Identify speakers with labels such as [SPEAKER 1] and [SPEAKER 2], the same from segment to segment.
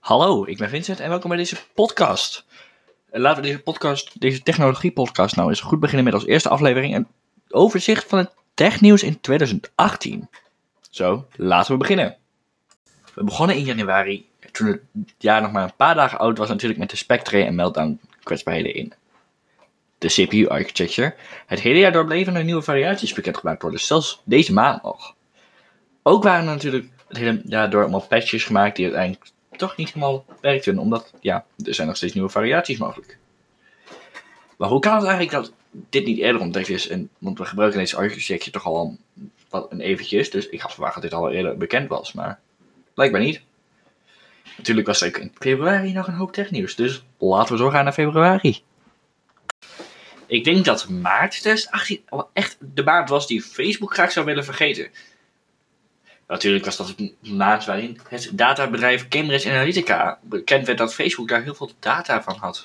[SPEAKER 1] Hallo, ik ben Vincent en welkom bij deze podcast. Laten we deze technologie-podcast nou eens goed beginnen met als eerste aflevering een overzicht van het technieuws in 2018. Zo, laten we beginnen. We begonnen in januari, toen het jaar nog maar een paar dagen oud was, natuurlijk met de Spectre en Meltdown kwetsbaarheden in de CPU-architecture. Het hele jaar door bleven er nieuwe variaties bekendgemaakt worden, zelfs deze maand nog. Ook waren er natuurlijk het hele jaar door allemaal patches gemaakt die uiteindelijk toch niet helemaal werkten, omdat er zijn nog steeds nieuwe variaties mogelijk. Maar hoe kan het eigenlijk dat dit niet eerder ontdekt is? Want we gebruiken deze architecture toch al een eventjes, dus ik had verwacht dat dit al eerder bekend was, maar blijkbaar niet. Natuurlijk was er ook in februari nog een hoop technieuws, dus laten we zo gaan naar februari. Ik denk dat maart 2018 al echt de maand was die Facebook graag zou willen vergeten. Natuurlijk was dat een maand waarin het databedrijf Cambridge Analytica bekend werd dat Facebook daar heel veel data van had.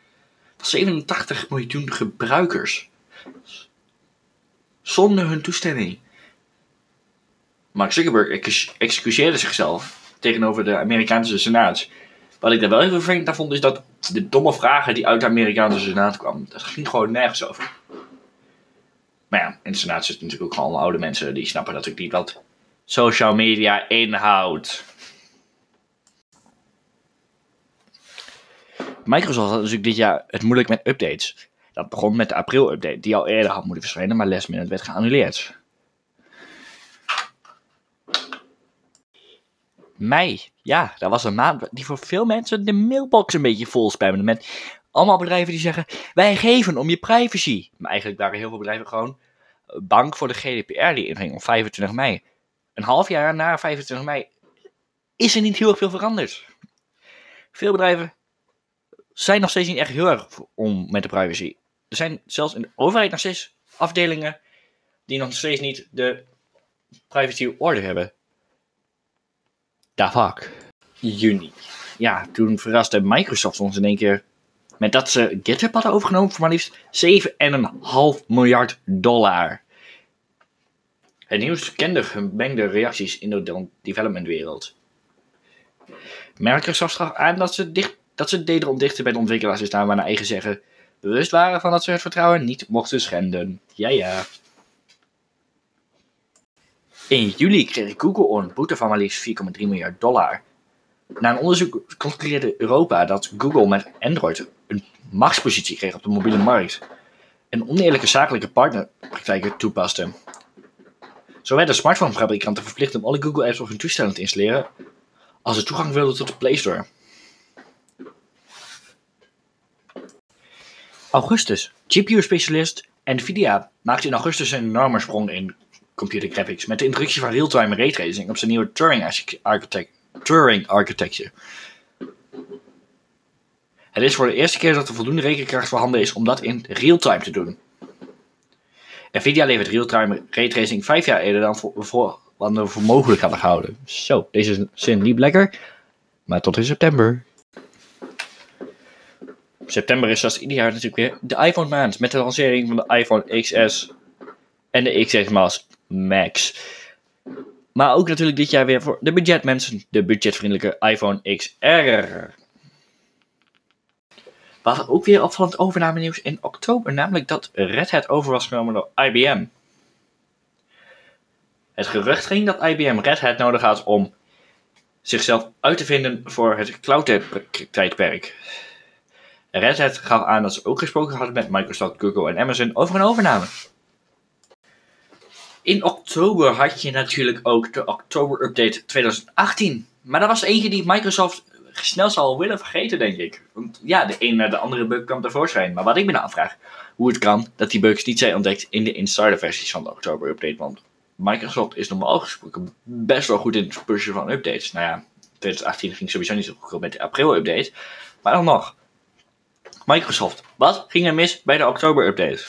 [SPEAKER 1] 87 miljoen gebruikers. Zonder hun toestemming. Mark Zuckerberg excuseerde zichzelf tegenover de Amerikaanse Senaat. Wat ik daar wel even vervelend aan vond is dat de domme vragen die uit de Amerikaanse Senaat kwamen, dat ging gewoon nergens over. Maar ja, in de Senaat zitten natuurlijk ook gewoon allemaal oude mensen die snappen natuurlijk niet wat social media inhoudt. Microsoft had natuurlijk dit jaar het moeilijk met updates. Dat begon met de april-update, die al eerder had moeten verschijnen, maar last minute werd geannuleerd. Mei, ja, dat was een maand die voor veel mensen de mailbox een beetje vol spammende met allemaal bedrijven die zeggen, wij geven om je privacy. Maar eigenlijk waren heel veel bedrijven gewoon bang voor de GDPR die inging op 25 mei. Een half jaar na 25 mei is er niet heel erg veel veranderd. Veel bedrijven zijn nog steeds niet echt heel erg om met de privacy. Er zijn zelfs in de overheid nog steeds afdelingen die nog steeds niet de privacy op orde hebben. Da fuck. Juni. Ja, toen verraste Microsoft ons in één keer met dat ze GitHub hadden overgenomen voor maar liefst $7,5 miljard. Het nieuws kende gemengde reacties in de developmentwereld. Microsoft gaf aan dat ze deden om dichter bij de ontwikkelaars te staan, waar naar eigen zeggen bewust waren van dat ze het vertrouwen niet mochten schenden. Ja. In juli kreeg Google een boete van maar liefst $4,3 miljard. Na een onderzoek concludeerde Europa dat Google met Android een machtspositie kreeg op de mobiele markt en oneerlijke zakelijke partnerpraktijken toepaste. Zo werden smartphonefabrikanten verplicht om alle Google apps op hun toestellen te installeren als ze toegang wilden tot de Play Store. Augustus. GPU-specialist Nvidia maakte in augustus een enorme sprong in computer graphics met de introductie van real-time raytracing op zijn nieuwe Turing architecture. Het is voor de eerste keer dat er voldoende rekenkracht voorhanden is om dat in real-time te doen. Nvidia levert real-time raytracing 5 jaar eerder dan wat we voor mogelijk hadden gehouden. Zo, deze zin niet lekker, maar tot in september. September is zoals ieder jaar natuurlijk weer de iPhone maand met de lancering van de iPhone XS en de XS Max. Maar ook natuurlijk dit jaar weer voor de budgetmensen, de budgetvriendelijke iPhone XR. We hadden ook weer opvallend overname-nieuws in oktober, namelijk dat Red Hat over was genomen door IBM. Het gerucht ging dat IBM Red Hat nodig had om zichzelf uit te vinden voor het cloud-tijdperk. Red Hat gaf aan dat ze ook gesproken hadden met Microsoft, Google en Amazon over een overname. In oktober had je natuurlijk ook de Oktober Update 2018. Maar dat was eentje die Microsoft snel zal willen vergeten, denk ik. Want ja, de een naar de andere bug kwam tevoorschijn. Maar wat ik me nou afvraag, hoe het kan dat die bugs niet zijn ontdekt in de insider-versies van de Oktober Update. Want Microsoft is normaal gesproken best wel goed in het pushen van updates. Nou ja, 2018 ging sowieso niet zo goed met de April Update. Maar dan nog. Microsoft, wat ging er mis bij de Oktober Update?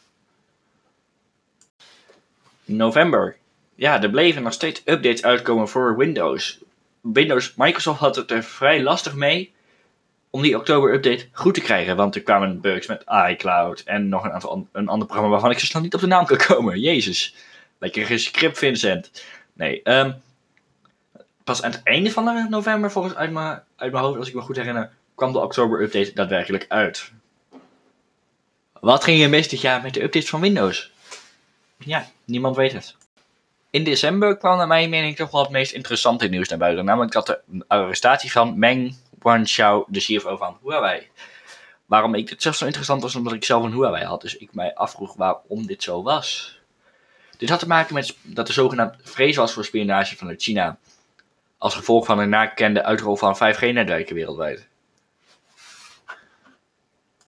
[SPEAKER 1] November. Ja, er bleven nog steeds updates uitkomen voor Windows. Microsoft had het er vrij lastig mee om die Oktober Update goed te krijgen. Want er kwamen bugs met iCloud en nog een ander programma waarvan ik zo snel niet op de naam kan komen. Jezus. Lekker gescript, Vincent. Nee, pas aan het einde van november, volgens uit mijn hoofd, als ik me goed herinner, kwam de oktober-update daadwerkelijk uit. Wat ging er mis dit jaar met de updates van Windows? Ja, niemand weet het. In december kwam naar mijn mening toch wel het meest interessante nieuws naar buiten. Namelijk dat de arrestatie van Meng Wanzhou, de CFO van Huawei. Waarom ik dit zelfs zo interessant was, omdat ik zelf een Huawei had. Dus ik mij afvroeg waarom dit zo was. Dit had te maken met dat er zogenaamd vrees was voor spionage vanuit China. Als gevolg van een nakende uitrol van 5G-netwerken wereldwijd.